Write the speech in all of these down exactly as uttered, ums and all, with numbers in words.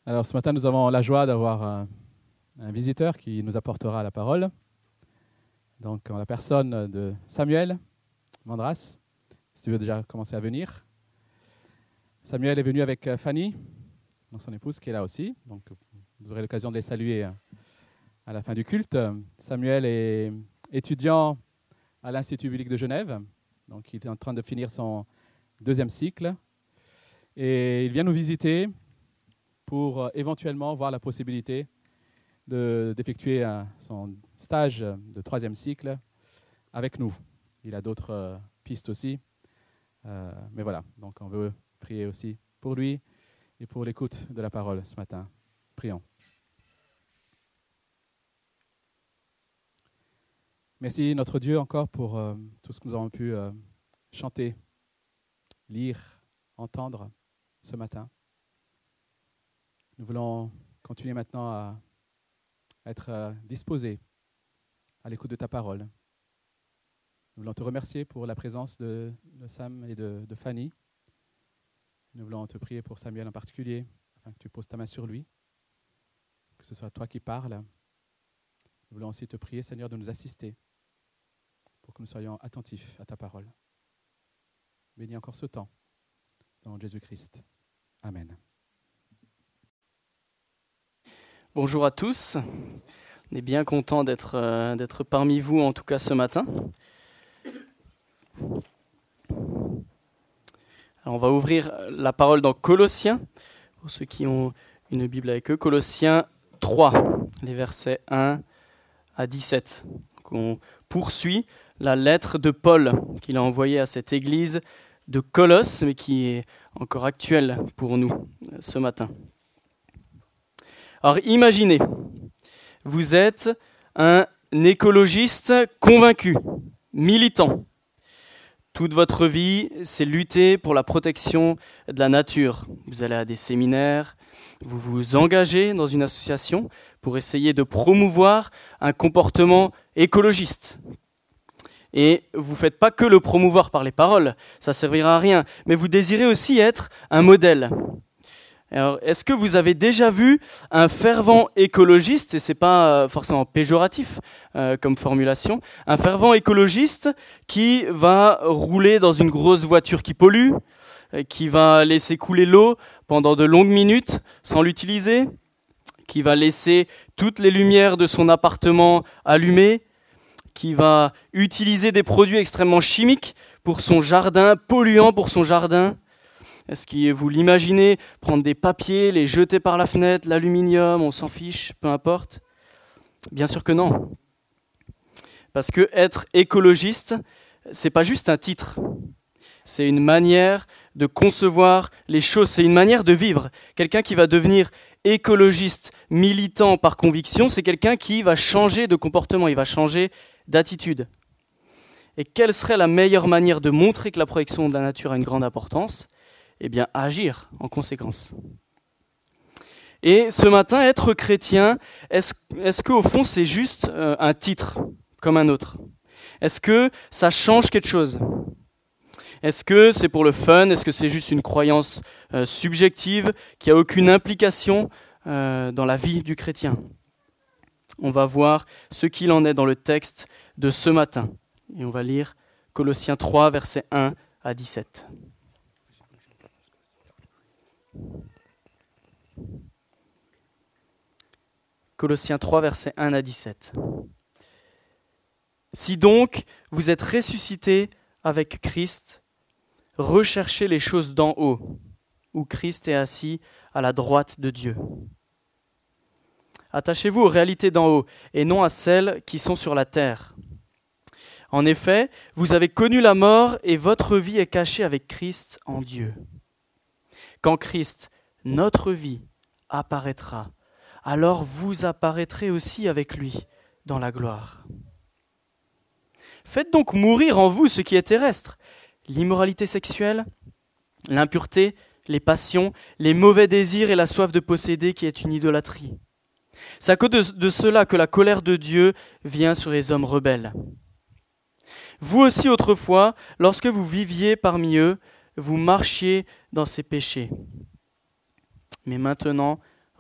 Alors ce matin, nous avons la joie d'avoir un, un visiteur qui nous apportera la parole. Donc en la personne de Samuel Mandras, si tu veux déjà commencer à venir. Samuel est venu avec Fanny, donc son épouse, qui est là aussi. Donc vous aurez l'occasion de les saluer à la fin du culte. Samuel est étudiant à l'Institut biblique de Genève. Donc il est en train de finir son deuxième cycle. Et il vient nous visiter pour éventuellement voir la possibilité de, d'effectuer un, son stage de troisième cycle avec nous. Il a d'autres euh, pistes aussi. Euh, mais voilà, donc on veut prier aussi pour lui et pour l'écoute de la parole ce matin. Prions. Merci notre Dieu encore pour euh, tout ce que nous avons pu euh, chanter, lire, entendre ce matin. Nous voulons continuer maintenant à être euh, disposés à l'écoute de ta parole. Nous voulons te remercier pour la présence de, de Sam et de, de Fanny. Nous voulons te prier pour Samuel en particulier, afin que tu poses ta main sur lui, que ce soit toi qui parles. Nous voulons aussi te prier, Seigneur, de nous assister pour que nous soyons attentifs à ta parole. Bénis encore ce temps, dans Jésus-Christ. Amen. Bonjour à tous, on est bien content d'être, euh, d'être parmi vous en tout cas ce matin. Alors on va ouvrir la parole dans Colossiens, pour ceux qui ont une Bible avec eux, Colossiens trois, les versets un à dix-sept. Donc on poursuit la lettre de Paul qu'il a envoyée à cette église de Colosse, mais qui est encore actuelle pour nous ce matin. Alors imaginez, vous êtes un écologiste convaincu, militant. Toute votre vie, c'est lutter pour la protection de la nature. Vous allez à des séminaires, vous vous engagez dans une association pour essayer de promouvoir un comportement écologiste. Et vous ne faites pas que le promouvoir par les paroles, ça ne servira à rien, mais vous désirez aussi être un modèle. Alors, est-ce que vous avez déjà vu un fervent écologiste, et ce n'est pas forcément péjoratif euh, comme formulation, un fervent écologiste qui va rouler dans une grosse voiture qui pollue, euh, qui va laisser couler l'eau pendant de longues minutes sans l'utiliser, qui va laisser toutes les lumières de son appartement allumées, qui va utiliser des produits extrêmement chimiques pour son jardin, polluants pour son jardin? Est-ce que vous l'imaginez prendre des papiers, les jeter par la fenêtre, l'aluminium, on s'en fiche, peu importe? Bien sûr que non. Parce que être écologiste, c'est pas juste un titre. C'est une manière de concevoir les choses, c'est une manière de vivre. Quelqu'un qui va devenir écologiste, militant par conviction, c'est quelqu'un qui va changer de comportement, il va changer d'attitude. Et quelle serait la meilleure manière de montrer que la protection de la nature a une grande importance ? Eh bien, agir en conséquence. Et ce matin, être chrétien, est-ce, est-ce qu'au fond, c'est juste euh, un titre, comme un autre? Est-ce que ça change quelque chose? Est-ce que c'est pour le fun? Est-ce que c'est juste une croyance euh, subjective qui n'a aucune implication euh, dans la vie du chrétien? On va voir ce qu'il en est dans le texte de ce matin. Et on va lire Colossiens trois, versets un à dix-sept. Colossiens trois, versets un à dix-sept. Si donc vous êtes ressuscités avec Christ, recherchez les choses d'en haut, où Christ est assis à la droite de Dieu. Attachez-vous aux réalités d'en haut, et non à celles qui sont sur la terre. En effet, vous avez connu la mort, et votre vie est cachée avec Christ en Dieu. Quand Christ, notre vie, apparaîtra, alors vous apparaîtrez aussi avec lui dans la gloire. Faites donc mourir en vous ce qui est terrestre, l'immoralité sexuelle, l'impureté, les passions, les mauvais désirs et la soif de posséder qui est une idolâtrie. C'est à cause de, de cela que la colère de Dieu vient sur les hommes rebelles. Vous aussi autrefois, lorsque vous viviez parmi eux, vous marchiez dans ces péchés. Mais maintenant,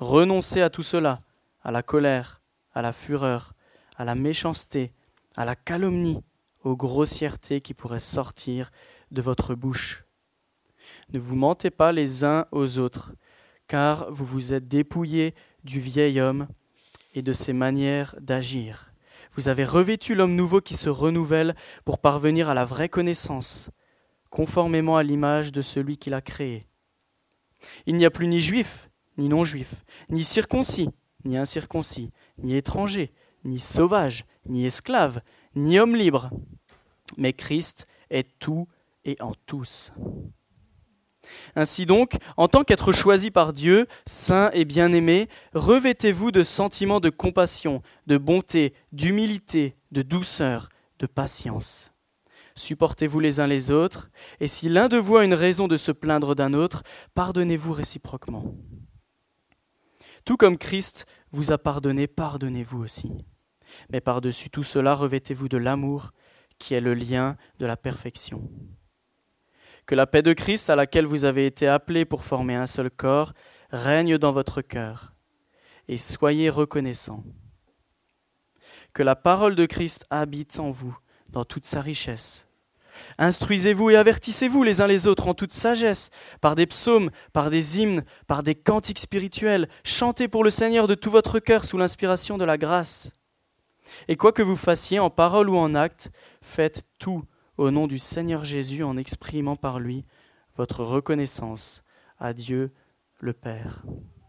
Renoncez à tout cela, à la colère, à la fureur, à la méchanceté, à la calomnie, aux grossièretés qui pourraient sortir de votre bouche. Ne vous mentez pas les uns aux autres, car vous vous êtes dépouillés du vieil homme et de ses manières d'agir. Vous avez revêtu l'homme nouveau qui se renouvelle pour parvenir à la vraie connaissance, conformément à l'image de celui qui l'a créé. Il n'y a plus ni juif, ni non-juif, ni circoncis, ni incirconcis, ni étranger, ni sauvage, ni esclave, ni homme libre. Mais Christ est tout et en tous. Ainsi donc, en tant qu'être choisi par Dieu, saint et bien-aimé, revêtez-vous de sentiments de compassion, de bonté, d'humilité, de douceur, de patience. Supportez-vous les uns les autres, et si l'un de vous a une raison de se plaindre d'un autre, pardonnez-vous réciproquement. Tout comme Christ vous a pardonné, pardonnez-vous aussi. Mais par-dessus tout cela, revêtez-vous de l'amour, qui est le lien de la perfection. Que la paix de Christ, à laquelle vous avez été appelés pour former un seul corps, règne dans votre cœur, et soyez reconnaissants. Que la parole de Christ habite en vous, dans toute sa richesse. Instruisez-vous et avertissez-vous les uns les autres en toute sagesse, par des psaumes, par des hymnes, par des cantiques spirituels. Chantez pour le Seigneur de tout votre cœur sous l'inspiration de la grâce. Et quoi que vous fassiez en parole ou en acte, faites tout au nom du Seigneur Jésus en exprimant par lui votre reconnaissance à Dieu le Père.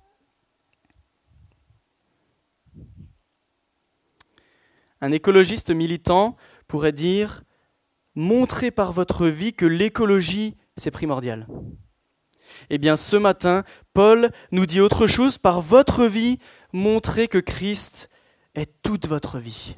Un écologiste militant pourrait dire « Montrez par votre vie que l'écologie, c'est primordial ». Eh bien, ce matin, Paul nous dit autre chose. Par votre vie, montrez que Christ est toute votre vie.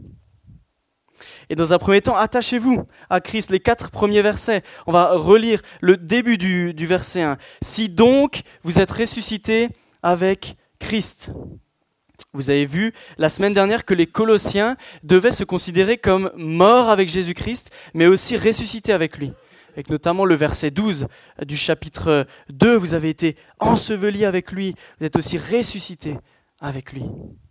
Et dans un premier temps, attachez-vous à Christ, les quatre premiers versets. On va relire le début du, du verset un. « Si donc vous êtes ressuscités avec Christ ». Vous avez vu la semaine dernière que les Colossiens devaient se considérer comme morts avec Jésus-Christ, mais aussi ressuscités avec lui. Avec notamment le verset douze du chapitre deux, vous avez été ensevelis avec lui, vous êtes aussi ressuscités avec lui.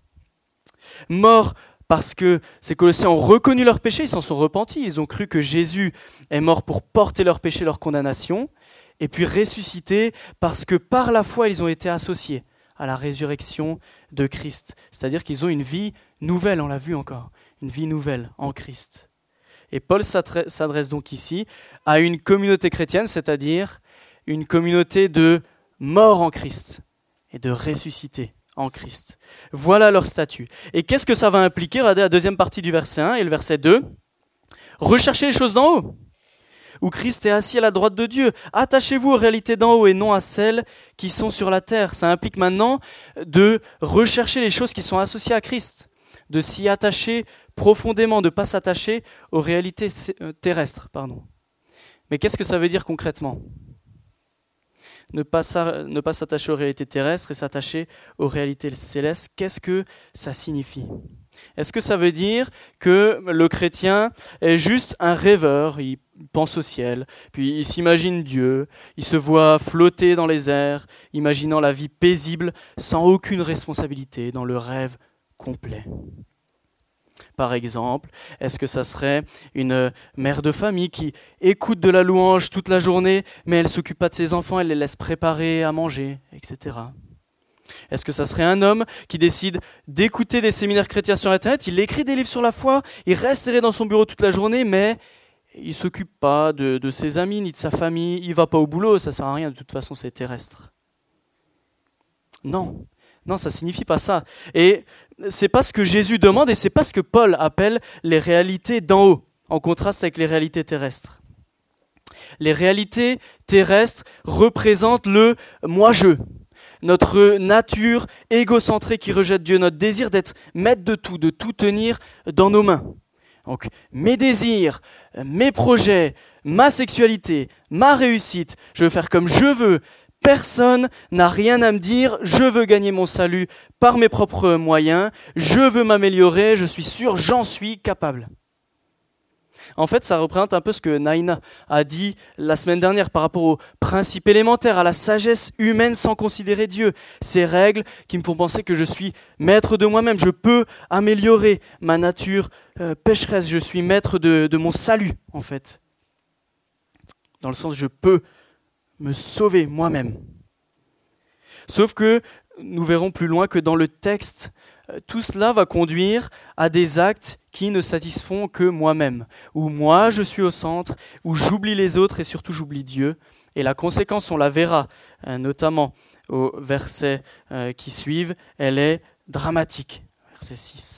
Morts parce que ces Colossiens ont reconnu leur péché, ils s'en sont repentis, ils ont cru que Jésus est mort pour porter leur péché, leur condamnation, et puis ressuscités parce que par la foi ils ont été associés à la résurrection de Christ. C'est-à-dire qu'ils ont une vie nouvelle, on l'a vu encore, une vie nouvelle en Christ. Et Paul s'adresse donc ici à une communauté chrétienne, c'est-à-dire une communauté de morts en Christ et de ressuscités en Christ. Voilà leur statut. Et qu'est-ce que ça va impliquer ? Regardez la deuxième partie du verset un et le verset deux. Recherchez les choses d'en haut, où Christ est assis à la droite de Dieu. Attachez-vous aux réalités d'en haut et non à celles qui sont sur la terre. Ça implique maintenant de rechercher les choses qui sont associées à Christ, de s'y attacher profondément, de ne pas s'attacher aux réalités terrestres. Pardon. Mais qu'est-ce que ça veut dire concrètement ? Ne pas, ne pas s'attacher aux réalités terrestres et s'attacher aux réalités célestes, qu'est-ce que ça signifie ? Est-ce que ça veut dire que le chrétien est juste un rêveur, il pense au ciel, puis il s'imagine Dieu, il se voit flotter dans les airs, imaginant la vie paisible, sans aucune responsabilité, dans le rêve complet ? Par exemple, est-ce que ça serait une mère de famille qui écoute de la louange toute la journée, mais elle ne s'occupe pas de ses enfants, elle les laisse préparer à manger, et cetera. Est-ce que ça serait un homme qui décide d'écouter des séminaires chrétiens sur Internet, il écrit des livres sur la foi, il reste dans son bureau toute la journée, mais il ne s'occupe pas de, de ses amis ni de sa famille, il ne va pas au boulot, ça ne sert à rien, de toute façon c'est terrestre. Non, non, ça ne signifie pas ça. Et ce n'est pas ce que Jésus demande et ce n'est pas ce que Paul appelle les réalités d'en haut, en contraste avec les réalités terrestres. Les réalités terrestres représentent le « moi-je ». Notre nature égocentrée qui rejette Dieu, notre désir d'être maître de tout, de tout tenir dans nos mains. Donc mes désirs, mes projets, ma sexualité, ma réussite, je veux faire comme je veux. Personne n'a rien à me dire, je veux gagner mon salut par mes propres moyens, je veux m'améliorer, je suis sûr, j'en suis capable. En fait, ça représente un peu ce que Naïna a dit la semaine dernière par rapport aux principes élémentaires, à la sagesse humaine sans considérer Dieu. Ces règles qui me font penser que je suis maître de moi-même, je peux améliorer ma nature euh, pécheresse, je suis maître de, de mon salut, en fait. Dans le sens, je peux me sauver moi-même. Sauf que nous verrons plus loin que dans le texte, tout cela va conduire à des actes qui ne satisfont que moi-même, où moi je suis au centre, où j'oublie les autres et surtout j'oublie Dieu. Et la conséquence, on la verra, notamment au verset qui suivent, elle est dramatique. Verset six.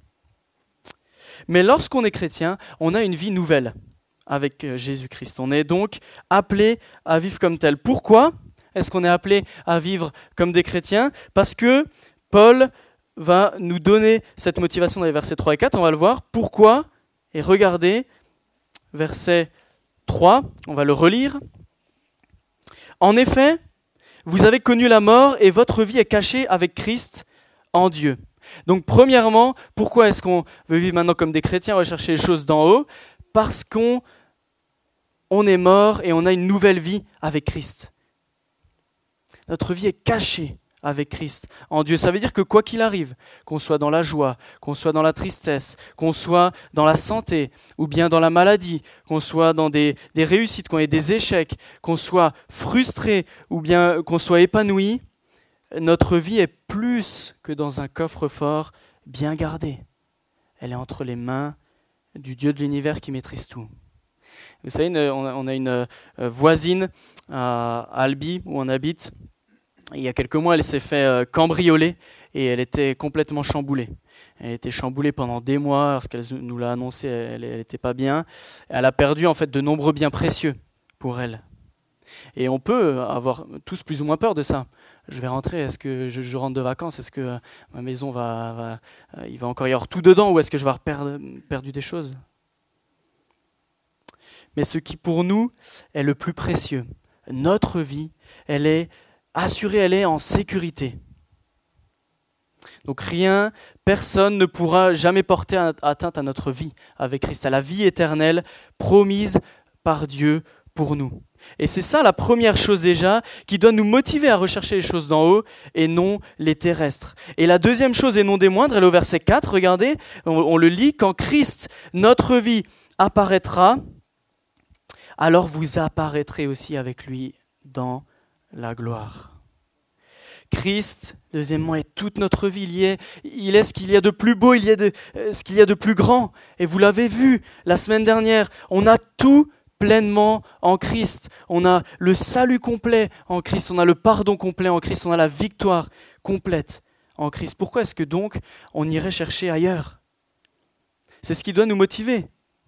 Mais lorsqu'on est chrétien, on a une vie nouvelle avec Jésus-Christ. On est donc appelé à vivre comme tel. Pourquoi est-ce qu'on est appelé à vivre comme des chrétiens ? Parce que Paul va nous donner cette motivation dans les versets trois et quatre, on va le voir. Pourquoi ? Et regardez, verset trois, on va le relire. En effet, vous avez connu la mort et votre vie est cachée avec Christ en Dieu. Donc premièrement, pourquoi est-ce qu'on veut vivre maintenant comme des chrétiens, rechercher les choses d'en haut ? Parce qu'on on est mort et on a une nouvelle vie avec Christ. Notre vie est cachée avec Christ en Dieu. Ça veut dire que quoi qu'il arrive, qu'on soit dans la joie, qu'on soit dans la tristesse, qu'on soit dans la santé ou bien dans la maladie, qu'on soit dans des, des réussites, qu'on ait des échecs, qu'on soit frustré ou bien qu'on soit épanoui, notre vie est plus que dans un coffre-fort bien gardé. Elle est entre les mains du Dieu de l'univers qui maîtrise tout. Vous savez, on a une voisine à Albi où on habite. Il y a quelques mois, elle s'est fait cambrioler et elle était complètement chamboulée. Elle était chamboulée pendant des mois. Lorsqu'elle nous l'a annoncé, elle n'était pas bien. Elle a perdu en fait de nombreux biens précieux pour elle. Et on peut avoir tous plus ou moins peur de ça. Je vais rentrer, est-ce que je, je rentre de vacances ? Est-ce que ma maison va, va, il va encore y avoir tout dedans ou est-ce que je vais avoir perdre, perdu des choses ? Mais ce qui pour nous est le plus précieux, notre vie, elle est assurée, elle est en sécurité. Donc rien, personne ne pourra jamais porter atteinte à notre vie avec Christ, à la vie éternelle promise par Dieu pour nous. Et c'est ça la première chose déjà qui doit nous motiver à rechercher les choses d'en haut et non les terrestres. Et la deuxième chose et non des moindres, elle est au verset quatre, regardez, on, on le lit, quand Christ, notre vie, apparaîtra, alors vous apparaîtrez aussi avec lui dans la gloire. Christ, deuxièmement, est toute notre vie. Il, est, il est ce qu'il y a de plus beau, il y a de, ce qu'il y a de plus grand. Et vous l'avez vu la semaine dernière, on a tout pleinement en Christ. On a le salut complet en Christ, on a le pardon complet en Christ, on a la victoire complète en Christ. Pourquoi est-ce que donc on irait chercher ailleurs ? C'est ce qui doit nous motiver.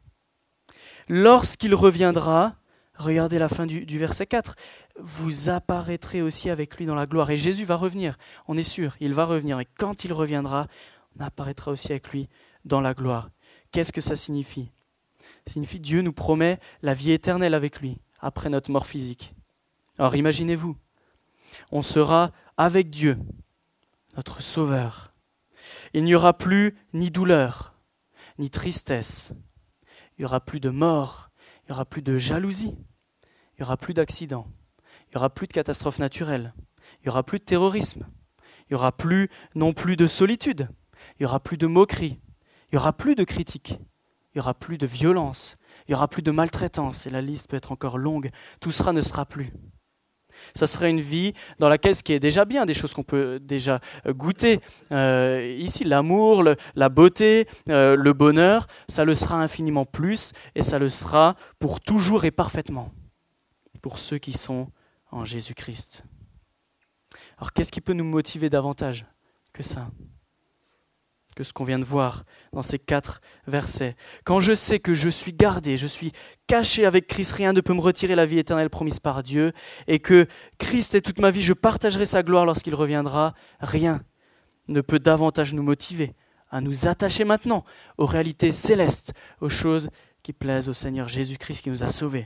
Lorsqu'il reviendra, regardez la fin du, du verset quatre, vous apparaîtrez aussi avec lui dans la gloire. Et Jésus va revenir, on est sûr, il va revenir. Et quand il reviendra, on apparaîtra aussi avec lui dans la gloire. Qu'est-ce que ça signifie ? Ça signifie que Dieu nous promet la vie éternelle avec lui, après notre mort physique. Alors imaginez-vous, on sera avec Dieu, notre Sauveur. Il n'y aura plus ni douleur, ni tristesse. Il n'y aura plus de mort, il n'y aura plus de jalousie, il n'y aura plus d'accidents, il n'y aura plus de catastrophes naturelles, il n'y aura plus de terrorisme, il n'y aura plus non plus de solitude, il n'y aura plus de moquerie, il n'y aura plus de critiques, il n'y aura plus de violence, il n'y aura plus de maltraitance, et la liste peut être encore longue, tout cela ne sera plus. Ça serait une vie dans laquelle, ce qui est déjà bien, des choses qu'on peut déjà goûter, euh, ici l'amour, le, la beauté, euh, le bonheur, ça le sera infiniment plus, et ça le sera pour toujours et parfaitement, pour ceux qui sont en Jésus-Christ. Alors qu'est-ce qui peut nous motiver davantage que ça ? Que ce qu'on vient de voir dans ces quatre versets. Quand je sais que je suis gardé, je suis caché avec Christ, rien ne peut me retirer la vie éternelle promise par Dieu, et que Christ est toute ma vie, je partagerai sa gloire lorsqu'il reviendra, rien ne peut davantage nous motiver à nous attacher maintenant aux réalités célestes, aux choses qui plaisent au Seigneur Jésus-Christ qui nous a sauvés.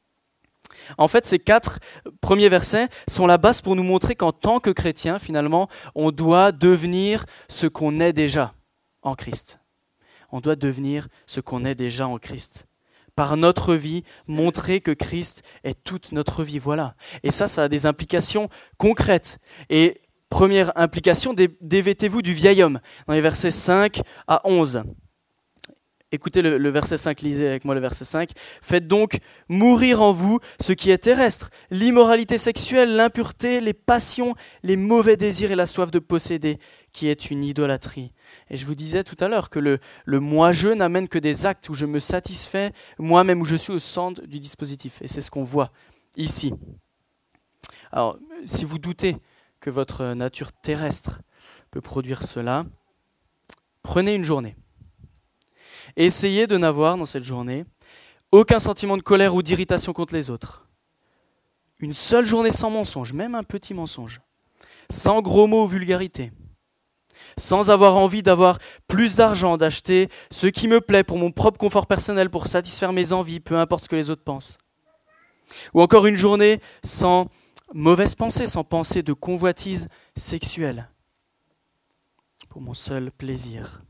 En fait, ces quatre premiers versets sont la base pour nous montrer qu'en tant que chrétien, finalement, on doit devenir ce qu'on est déjà en Christ. On doit devenir ce qu'on est déjà en Christ. par notre vie, montrer que Christ est toute notre vie. Voilà. Et ça, ça a des implications concrètes. Et première implication, dé- dévêtez-vous du vieil homme, dans les versets cinq à onze. Écoutez le, le verset cinq, lisez avec moi le verset cinq. « Faites donc mourir en vous ce qui est terrestre, l'immoralité sexuelle, l'impureté, les passions, les mauvais désirs et la soif de posséder, qui est une idolâtrie. » Et je vous disais tout à l'heure que le, le moi-je n'amène que des actes où je me satisfais moi-même, où je suis au centre du dispositif. Et c'est ce qu'on voit ici. Alors, si vous doutez que votre nature terrestre peut produire cela, prenez une journée. Essayez de n'avoir dans cette journée aucun sentiment de colère ou d'irritation contre les autres. Une seule journée sans mensonge, même un petit mensonge. Sans gros mots ou vulgarité. Sans avoir envie d'avoir plus d'argent, d'acheter ce qui me plaît pour mon propre confort personnel, pour satisfaire mes envies, peu importe ce que les autres pensent. Ou encore une journée sans mauvaise pensée, sans pensée de convoitise sexuelle. Pour mon seul plaisir.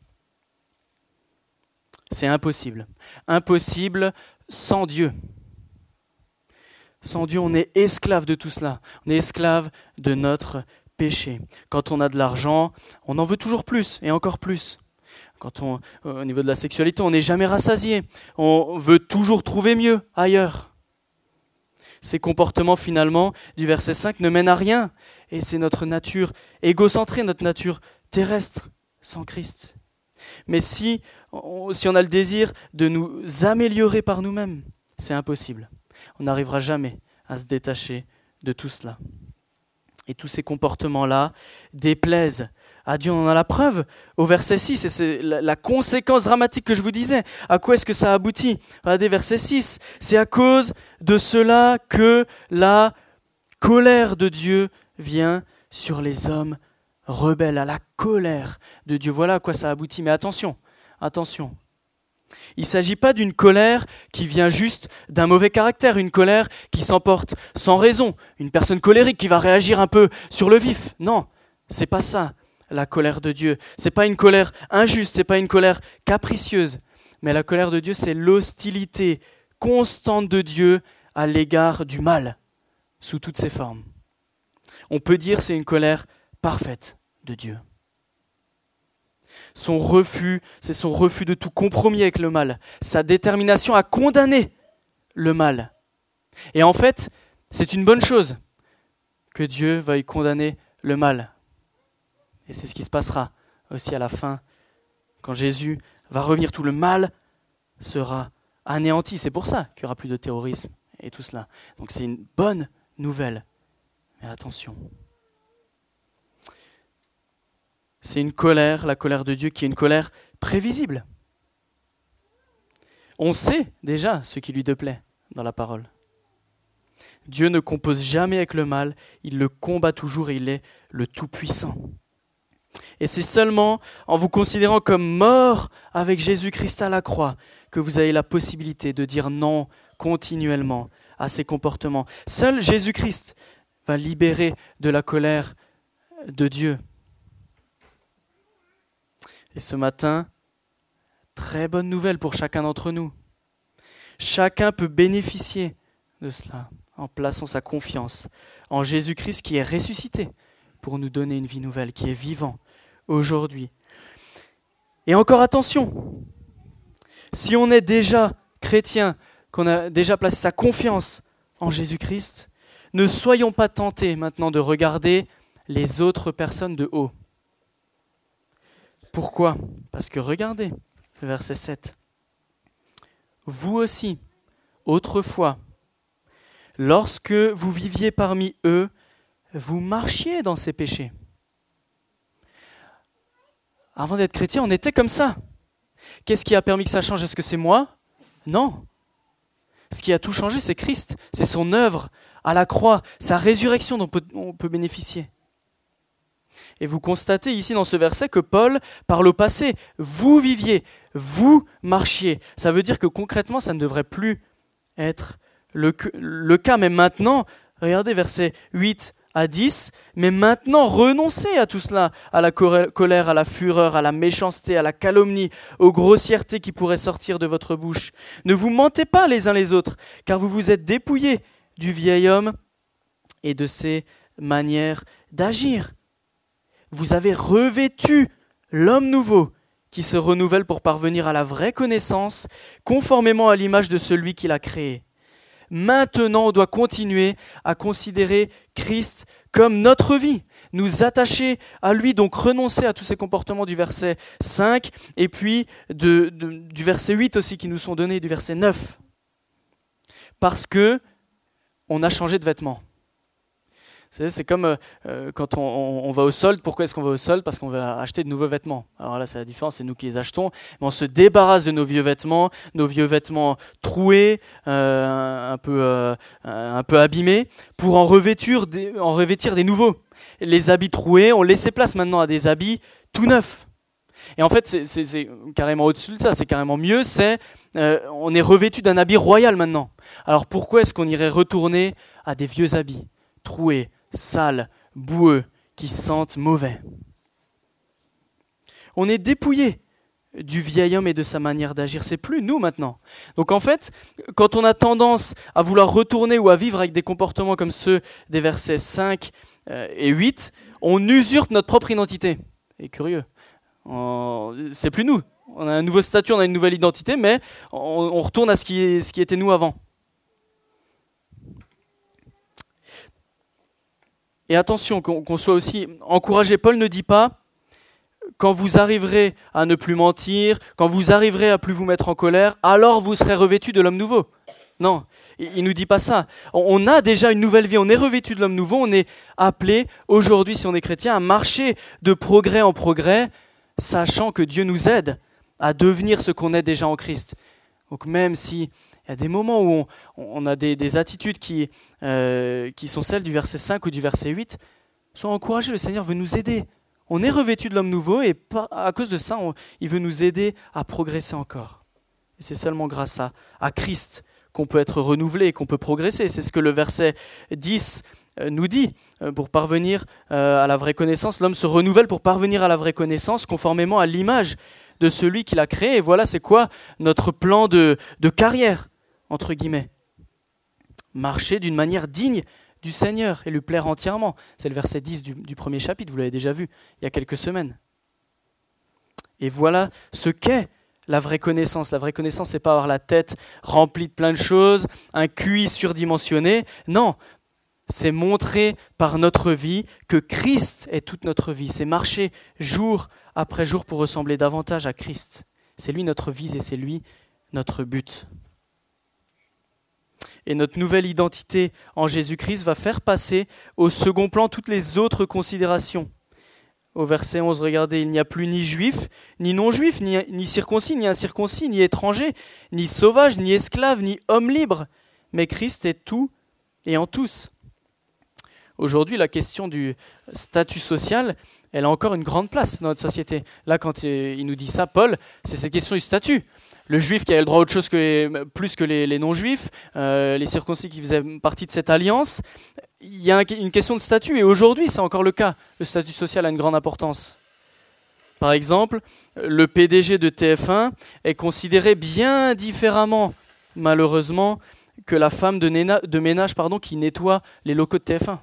C'est impossible. Impossible sans Dieu. Sans Dieu, on est esclave de tout cela. On est esclave de notre péché. Quand on a de l'argent, on en veut toujours plus et encore plus. Quand on, au niveau de la sexualité, on n'est jamais rassasié. On veut toujours trouver mieux ailleurs. Ces comportements, finalement, du verset cinq ne mènent à rien. Et c'est notre nature égocentrée, notre nature terrestre, sans Christ. Mais si on, si on a le désir de nous améliorer par nous-mêmes, c'est impossible. On n'arrivera jamais à se détacher de tout cela. Et tous ces comportements-là déplaisent à Dieu. On en a la preuve au verset six, et c'est la, la conséquence dramatique que je vous disais. À quoi est-ce que ça aboutit ? Regardez verset six. C'est à cause de cela que la colère de Dieu vient sur les hommes rebelles, à la colère de Dieu. Voilà à quoi ça aboutit. Mais attention, attention. Il ne s'agit pas d'une colère qui vient juste d'un mauvais caractère, une colère qui s'emporte sans raison, une personne colérique qui va réagir un peu sur le vif. Non, c'est pas ça, la colère de Dieu. C'est pas une colère injuste, c'est pas une colère capricieuse. Mais la colère de Dieu, c'est l'hostilité constante de Dieu à l'égard du mal, sous toutes ses formes. On peut dire que c'est une colère parfaite de Dieu. Son refus, c'est son refus de tout compromis avec le mal, sa détermination à condamner le mal. Et en fait, c'est une bonne chose que Dieu veuille condamner le mal. Et c'est ce qui se passera aussi à la fin, quand Jésus va revenir, tout le mal sera anéanti. C'est pour ça qu'il n'y aura plus de terrorisme et tout cela. Donc c'est une bonne nouvelle. Mais attention. C'est une colère, la colère de Dieu, qui est une colère prévisible. On sait déjà ce qui lui déplaît dans la parole. Dieu ne compose jamais avec le mal, il le combat toujours et il est le Tout-Puissant. Et c'est seulement en vous considérant comme mort avec Jésus-Christ à la croix que vous avez la possibilité de dire non continuellement à ces comportements. Seul Jésus-Christ va libérer de la colère de Dieu. Et ce matin, très bonne nouvelle pour chacun d'entre nous. Chacun peut bénéficier de cela en plaçant sa confiance en Jésus-Christ qui est ressuscité pour nous donner une vie nouvelle, qui est vivant aujourd'hui. Et encore attention, si on est déjà chrétien, qu'on a déjà placé sa confiance en Jésus-Christ, ne soyons pas tentés maintenant de regarder les autres personnes de haut. Pourquoi ? Parce que regardez, le verset sept. Vous aussi, autrefois, lorsque vous viviez parmi eux, vous marchiez dans ces péchés. Avant d'être chrétien, on était comme ça. Qu'est-ce qui a permis que ça change ? Est-ce que c'est moi ? Non. Ce qui a tout changé, c'est Christ. C'est son œuvre à la croix, sa résurrection dont on peut, on peut bénéficier. Et vous constatez ici dans ce verset que Paul parle au passé. Vous viviez, vous marchiez. Ça veut dire que concrètement, ça ne devrait plus être le, le cas. Mais maintenant, regardez versets huit à dix, mais maintenant renoncez à tout cela, à la colère, à la fureur, à la méchanceté, à la calomnie, aux grossièretés qui pourraient sortir de votre bouche. Ne vous mentez pas les uns les autres, car vous vous êtes dépouillés du vieil homme et de ses manières d'agir. Vous avez revêtu l'homme nouveau qui se renouvelle pour parvenir à la vraie connaissance, conformément à l'image de celui qui l'a créé. Maintenant, on doit continuer à considérer Christ comme notre vie, nous attacher à lui, donc renoncer à tous ces comportements du verset cinq, et puis de, de, du verset huit aussi qui nous sont donnés, du verset neuf. Parce que on a changé de vêtements. Vous savez, c'est comme euh, quand on, on, on va au solde. Pourquoi est-ce qu'on va au solde ? Parce qu'on va acheter de nouveaux vêtements. Alors là, c'est la différence, c'est nous qui les achetons. Mais on se débarrasse de nos vieux vêtements, nos vieux vêtements troués, euh, un, peu, euh, un peu abîmés, pour en revêtir, des, en revêtir des nouveaux. Les habits troués ont laissé place maintenant à des habits tout neufs. Et en fait, c'est, c'est, c'est carrément au-dessus de ça, c'est carrément mieux, c'est euh, on est revêtu d'un habit royal maintenant. Alors pourquoi est-ce qu'on irait retourner à des vieux habits troués, sales, boueux, qui sentent mauvais? On est dépouillé du vieil homme et de sa manière d'agir. C'est plus nous maintenant. Donc en fait, quand on a tendance à vouloir retourner ou à vivre avec des comportements comme ceux des versets cinq et huit, on usurpe notre propre identité. C'est curieux. On... C'est plus nous. On a un nouveau statut, on a une nouvelle identité, mais on, on retourne à ce qui, est, ce qui était nous avant. Et attention, qu'on, qu'on soit aussi encouragé. Paul ne dit pas, quand vous arriverez à ne plus mentir, quand vous arriverez à plus vous mettre en colère, alors vous serez revêtus de l'homme nouveau. Non, il ne nous dit pas ça. On a déjà une nouvelle vie, on est revêtu de l'homme nouveau, on est appelé aujourd'hui, si on est chrétien, à marcher de progrès en progrès, sachant que Dieu nous aide à devenir ce qu'on est déjà en Christ. Donc même si il y a des moments où on, on a des, des attitudes qui, euh, qui sont celles du verset cinq ou du verset huit, soyons encouragés, le Seigneur veut nous aider. On est revêtu de l'homme nouveau et par, à cause de ça, on, il veut nous aider à progresser encore. Et c'est seulement grâce à, à Christ qu'on peut être renouvelé et qu'on peut progresser. C'est ce que le verset dix nous dit. Pour parvenir à la vraie connaissance, l'homme se renouvelle pour parvenir à la vraie connaissance conformément à l'image de celui qui l'a créé. Et voilà, c'est quoi notre plan de, de carrière, entre guillemets. Marcher d'une manière digne du Seigneur et lui plaire entièrement. C'est le verset dix du, du premier chapitre, vous l'avez déjà vu il y a quelques semaines. Et voilà ce qu'est la vraie connaissance. La vraie connaissance, c'est pas avoir la tête remplie de plein de choses, un Q I surdimensionné. Non, c'est montrer par notre vie que Christ est toute notre vie. C'est marcher jour après jour pour ressembler davantage à Christ. C'est lui notre vise et c'est lui notre but. Et notre nouvelle identité en Jésus-Christ va faire passer au second plan toutes les autres considérations. Au verset onze, regardez, il n'y a plus ni juif, ni non-juif, ni, ni circoncis, ni incirconcis, ni étranger, ni sauvage, ni esclave, ni homme libre. Mais Christ est tout et en tous. Aujourd'hui, la question du statut social, elle a encore une grande place dans notre société. Là, quand il nous dit ça, Paul, c'est cette question du statut. Le juif qui avait le droit à autre chose que les, plus que les, les non-juifs, euh, les circoncis qui faisaient partie de cette alliance. Il y a un, une question de statut, et aujourd'hui, c'est encore le cas. Le statut social a une grande importance. Par exemple, le P D G de T F un est considéré bien différemment, malheureusement, que la femme de, néna, de ménage pardon, qui nettoie les locaux de T F un.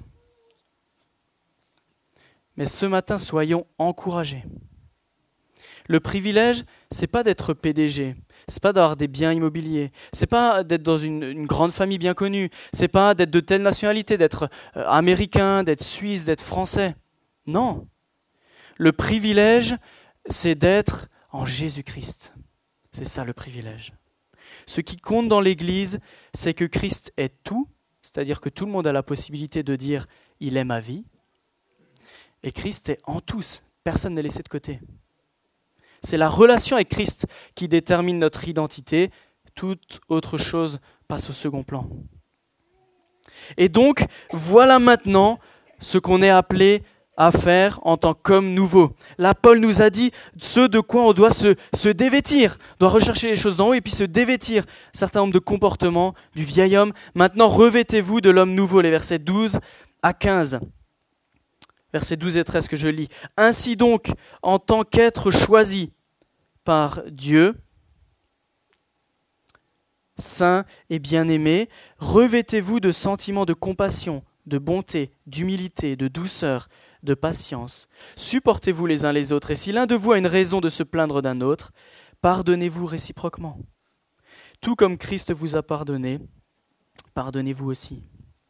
Mais ce matin, soyons encouragés. Le privilège, c'est pas d'être P D G, c'est pas d'avoir des biens immobiliers, c'est pas d'être dans une, une grande famille bien connue, c'est pas d'être de telle nationalité, d'être euh, américain, d'être suisse, d'être français. Non. Le privilège, c'est d'être en Jésus-Christ. C'est ça le privilège. Ce qui compte dans l'Église, c'est que Christ est tout, c'est-à-dire que tout le monde a la possibilité de dire « il est ma vie », et Christ est en tous, personne n'est laissé de côté. C'est la relation avec Christ qui détermine notre identité, toute autre chose passe au second plan. Et donc, voilà maintenant ce qu'on est appelé à faire en tant qu'homme nouveau. Là, Paul nous a dit ce de quoi on doit se, se dévêtir, on doit rechercher les choses d'en haut et puis se dévêtir. Un certain nombre de comportements du vieil homme. Maintenant, revêtez-vous de l'homme nouveau, les versets douze à quinze. versets douze et treize que je lis. « Ainsi donc, en tant qu'être choisi par Dieu, saint et bien-aimé, revêtez-vous de sentiments de compassion, de bonté, d'humilité, de douceur, de patience. Supportez-vous les uns les autres, et si l'un de vous a une raison de se plaindre d'un autre, pardonnez-vous réciproquement. Tout comme Christ vous a pardonné, pardonnez-vous aussi. »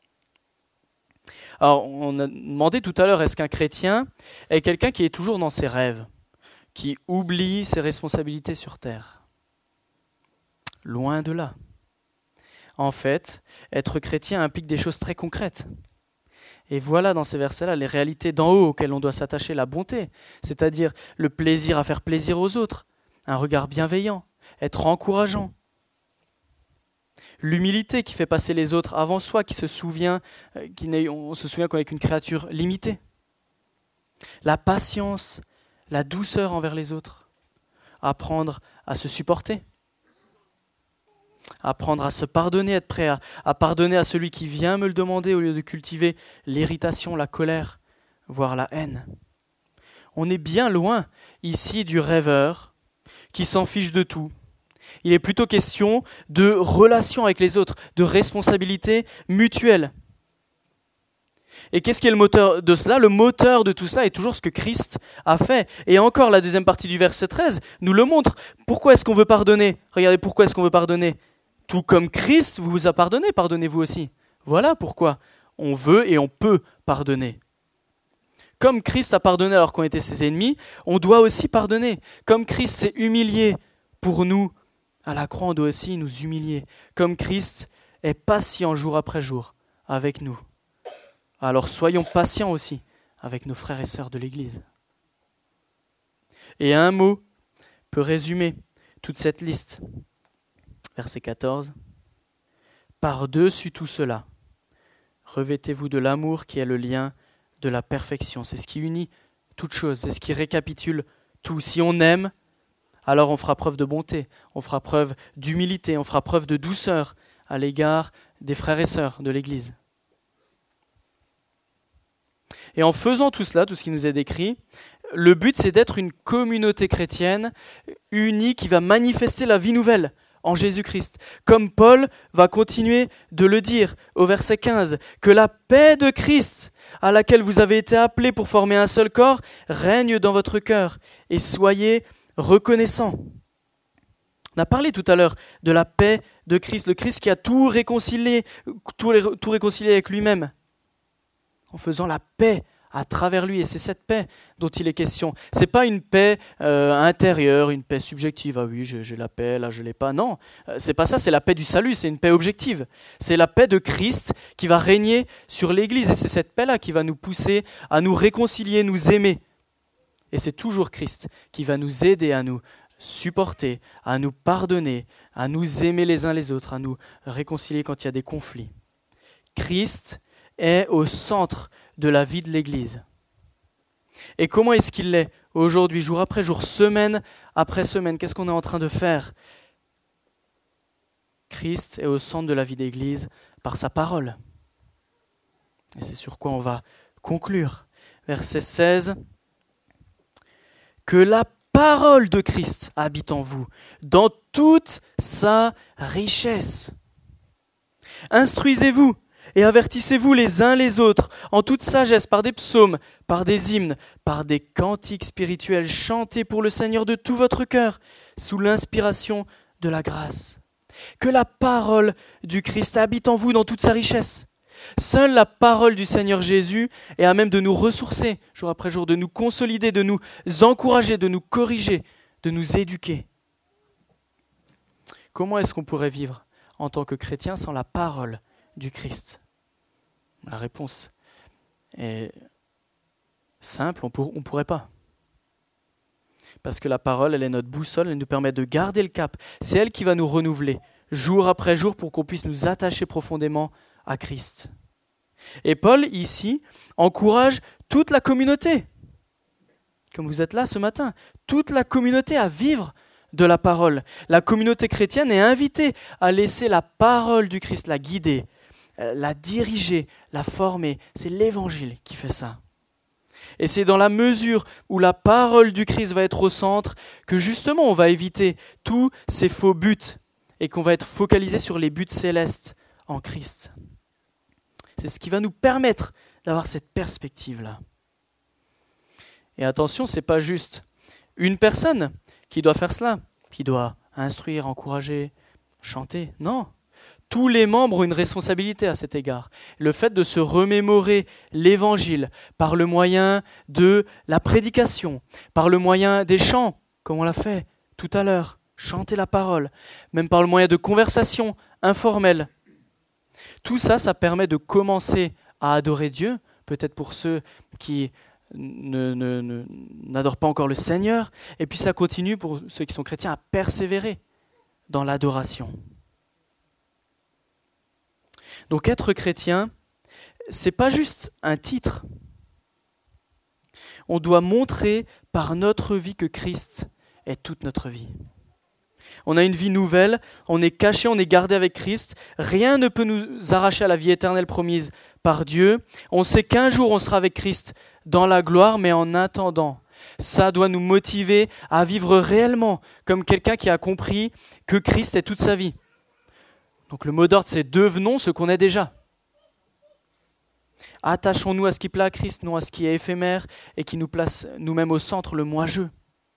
Alors, on a demandé tout à l'heure, est-ce qu'un chrétien est quelqu'un qui est toujours dans ses rêves, qui oublie ses responsabilités sur terre? Loin de là. En fait, être chrétien implique des choses très concrètes. Et voilà dans ces versets-là les réalités d'en haut auxquelles on doit s'attacher, la bonté, c'est-à-dire le plaisir à faire plaisir aux autres, un regard bienveillant, être encourageant. L'humilité qui fait passer les autres avant soi, qui se souvient, qui n'est, on se souvient qu'on est qu'une créature limitée. La patience, la douceur envers les autres. Apprendre à se supporter. Apprendre à se pardonner, être prêt à, à pardonner à celui qui vient me le demander au lieu de cultiver l'irritation, la colère, voire la haine. On est bien loin ici du rêveur qui s'en fiche de tout. Il est plutôt question de relation avec les autres, de responsabilité mutuelle. Et qu'est-ce qui est le moteur de cela? Le moteur de tout cela est toujours ce que Christ a fait. Et encore, la deuxième partie du verset treize nous le montre. Pourquoi est-ce qu'on veut pardonner? Regardez, pourquoi est-ce qu'on veut pardonner? Tout comme Christ vous a pardonné, pardonnez-vous aussi. Voilà pourquoi on veut et on peut pardonner. Comme Christ a pardonné alors qu'on était ses ennemis, on doit aussi pardonner. Comme Christ s'est humilié pour nous, à la croix, on doit aussi nous humilier. Comme Christ est patient jour après jour avec nous. Alors soyons patients aussi avec nos frères et sœurs de l'Église. Et un mot peut résumer toute cette liste. Verset quatorze. Par-dessus tout cela, revêtez-vous de l'amour qui est le lien de la perfection. C'est ce qui unit toutes choses, c'est ce qui récapitule tout. Si on aime, alors on fera preuve de bonté, on fera preuve d'humilité, on fera preuve de douceur à l'égard des frères et sœurs de l'Église. Et en faisant tout cela, tout ce qui nous est décrit, le but c'est d'être une communauté chrétienne unie qui va manifester la vie nouvelle en Jésus-Christ. Comme Paul va continuer de le dire au verset quinze, que la paix de Christ à laquelle vous avez été appelés pour former un seul corps règne dans votre cœur et soyez reconnaissants. On a parlé tout à l'heure de la paix de Christ, le Christ qui a tout réconcilié, tout, tout réconcilié avec lui-même, en faisant la paix à travers lui. Et c'est cette paix dont il est question. Ce n'est pas une paix euh, intérieure, une paix subjective. Ah oui, j'ai, j'ai la paix, là je ne l'ai pas. Non, euh, c'est pas ça, c'est la paix du salut, c'est une paix objective. C'est la paix de Christ qui va régner sur l'Église. Et c'est cette paix-là qui va nous pousser à nous réconcilier, nous aimer. Et c'est toujours Christ qui va nous aider à nous supporter, à nous pardonner, à nous aimer les uns les autres, à nous réconcilier quand il y a des conflits. Christ est au centre de la vie de l'Église. Et comment est-ce qu'il l'est aujourd'hui, jour après jour, semaine après semaine? Qu'est-ce qu'on est en train de faire? Christ est au centre de la vie de l'Église par sa parole. Et c'est sur quoi on va conclure. Verset seize. Que la parole de Christ habite en vous, dans toute sa richesse. Instruisez-vous et avertissez-vous les uns les autres en toute sagesse par des psaumes, par des hymnes, par des cantiques spirituels chantés pour le Seigneur de tout votre cœur, sous l'inspiration de la grâce. Que la parole du Christ habite en vous dans toute sa richesse. Seule la parole du Seigneur Jésus est à même de nous ressourcer jour après jour, de nous consolider, de nous encourager, de nous corriger, de nous éduquer. Comment est-ce qu'on pourrait vivre en tant que chrétien sans la parole du Christ? La réponse est simple, on ne pourrait pas. Parce que la parole, elle est notre boussole, elle nous permet de garder le cap. C'est elle qui va nous renouveler jour après jour pour qu'on puisse nous attacher profondément à Christ. Et Paul, ici, encourage toute la communauté, comme vous êtes là ce matin, toute la communauté à vivre de la parole. La communauté chrétienne est invitée à laisser la parole du Christ la guider, la diriger, la former. C'est l'Évangile qui fait ça. Et c'est dans la mesure où la parole du Christ va être au centre que justement on va éviter tous ces faux buts et qu'on va être focalisé sur les buts célestes en Christ. C'est ce qui va nous permettre d'avoir cette perspective-là. Et attention, ce n'est pas juste une personne qui doit faire cela, qui doit instruire, encourager, chanter. Non, tous les membres ont une responsabilité à cet égard. Le fait de se remémorer l'Évangile par le moyen de la prédication, par le moyen des chants, comme on l'a fait tout à l'heure, chanter la parole, même par le moyen de conversations informelles. Tout ça, ça permet de commencer à adorer Dieu, peut-être pour ceux qui ne, ne, ne, n'adorent pas encore le Seigneur, et puis ça continue pour ceux qui sont chrétiens à persévérer dans l'adoration. Donc être chrétien, c'est pas juste un titre. On doit montrer par notre vie que Christ est toute notre vie. On a une vie nouvelle, on est caché, on est gardé avec Christ. Rien ne peut nous arracher à la vie éternelle promise par Dieu. On sait qu'un jour on sera avec Christ dans la gloire, mais en attendant, ça doit nous motiver à vivre réellement comme quelqu'un qui a compris que Christ est toute sa vie. Donc le mot d'ordre, c'est devenons ce qu'on est déjà. Attachons-nous à ce qui plaît à Christ, non à ce qui est éphémère et qui nous place nous-mêmes au centre, le moi-je.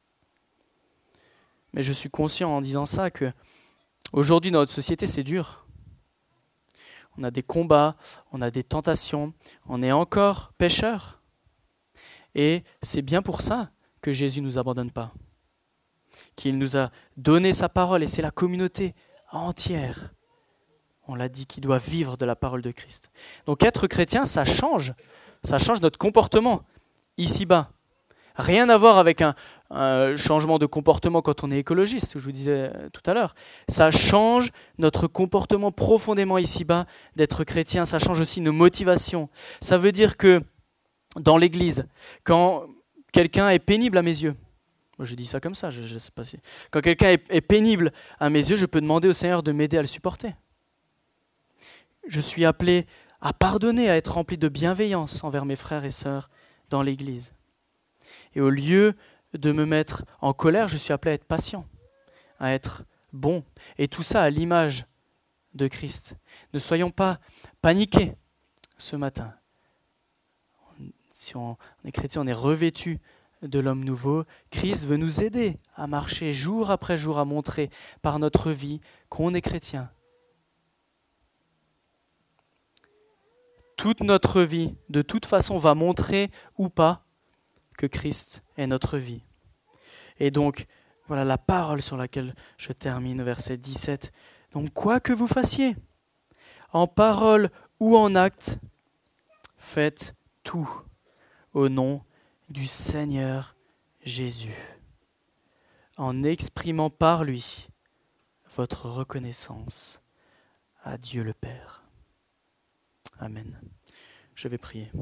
Mais je suis conscient en disant ça que aujourd'hui dans notre société, c'est dur. On a des combats, on a des tentations, on est encore pécheurs. Et c'est bien pour ça que Jésus ne nous abandonne pas. Qu'il nous a donné sa parole et c'est la communauté entière. On l'a dit, qui doit vivre de la parole de Christ. Donc être chrétien, ça change. Ça change notre comportement ici-bas. Rien à voir avec un, un changement de comportement quand on est écologiste, je vous disais tout à l'heure. Ça change notre comportement profondément ici-bas d'être chrétien. Ça change aussi nos motivations. Ça veut dire que dans l'église, quand quelqu'un est pénible à mes yeux, moi je dis ça comme ça, je, je sais pas si... Quand quelqu'un est, est pénible à mes yeux, je peux demander au Seigneur de m'aider à le supporter. Je suis appelé à pardonner, à être rempli de bienveillance envers mes frères et sœurs dans l'Église. Et au lieu de me mettre en colère, je suis appelé à être patient, à être bon. Et tout ça à l'image de Christ. Ne soyons pas paniqués ce matin. Si on est chrétien, on est revêtu de l'homme nouveau. Christ veut nous aider à marcher jour après jour, à montrer par notre vie qu'on est chrétien. Toute notre vie, de toute façon, va montrer ou pas que Christ est notre vie. Et donc, voilà la parole sur laquelle je termine, verset dix-sept. Donc, quoi que vous fassiez, en parole ou en acte, faites tout au nom du Seigneur Jésus, en exprimant par lui votre reconnaissance à Dieu le Père. Amen. Je vais prier.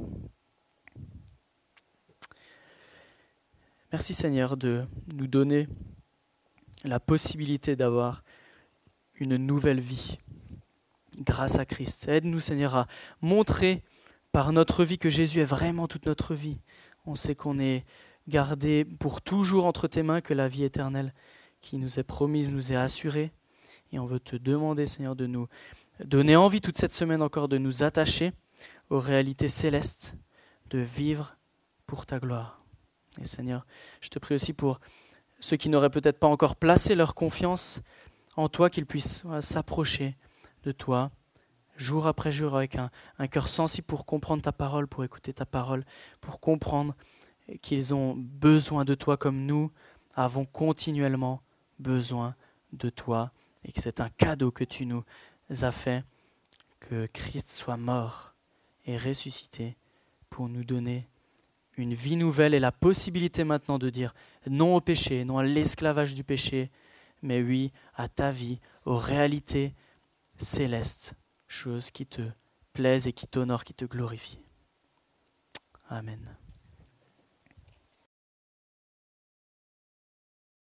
Merci Seigneur de nous donner la possibilité d'avoir une nouvelle vie grâce à Christ. Aide-nous Seigneur à montrer par notre vie que Jésus est vraiment toute notre vie. On sait qu'on est gardé pour toujours entre tes mains, que la vie éternelle qui nous est promise nous est assurée. Et on veut te demander Seigneur de nous donner envie toute cette semaine encore de nous attacher aux réalités célestes, de vivre pour ta gloire. Et Seigneur, je te prie aussi pour ceux qui n'auraient peut-être pas encore placé leur confiance en toi, qu'ils puissent voilà, s'approcher de toi, jour après jour, avec un, un cœur sensible pour comprendre ta parole, pour écouter ta parole, pour comprendre qu'ils ont besoin de toi comme nous avons continuellement besoin de toi, et que c'est un cadeau que tu nous as fait, que Christ soit mort et ressuscité pour nous donner une vie nouvelle et la possibilité maintenant de dire non au péché, non à l'esclavage du péché, mais oui à ta vie, aux réalités célestes, choses qui te plaisent et qui t'honorent, qui te glorifient. Amen.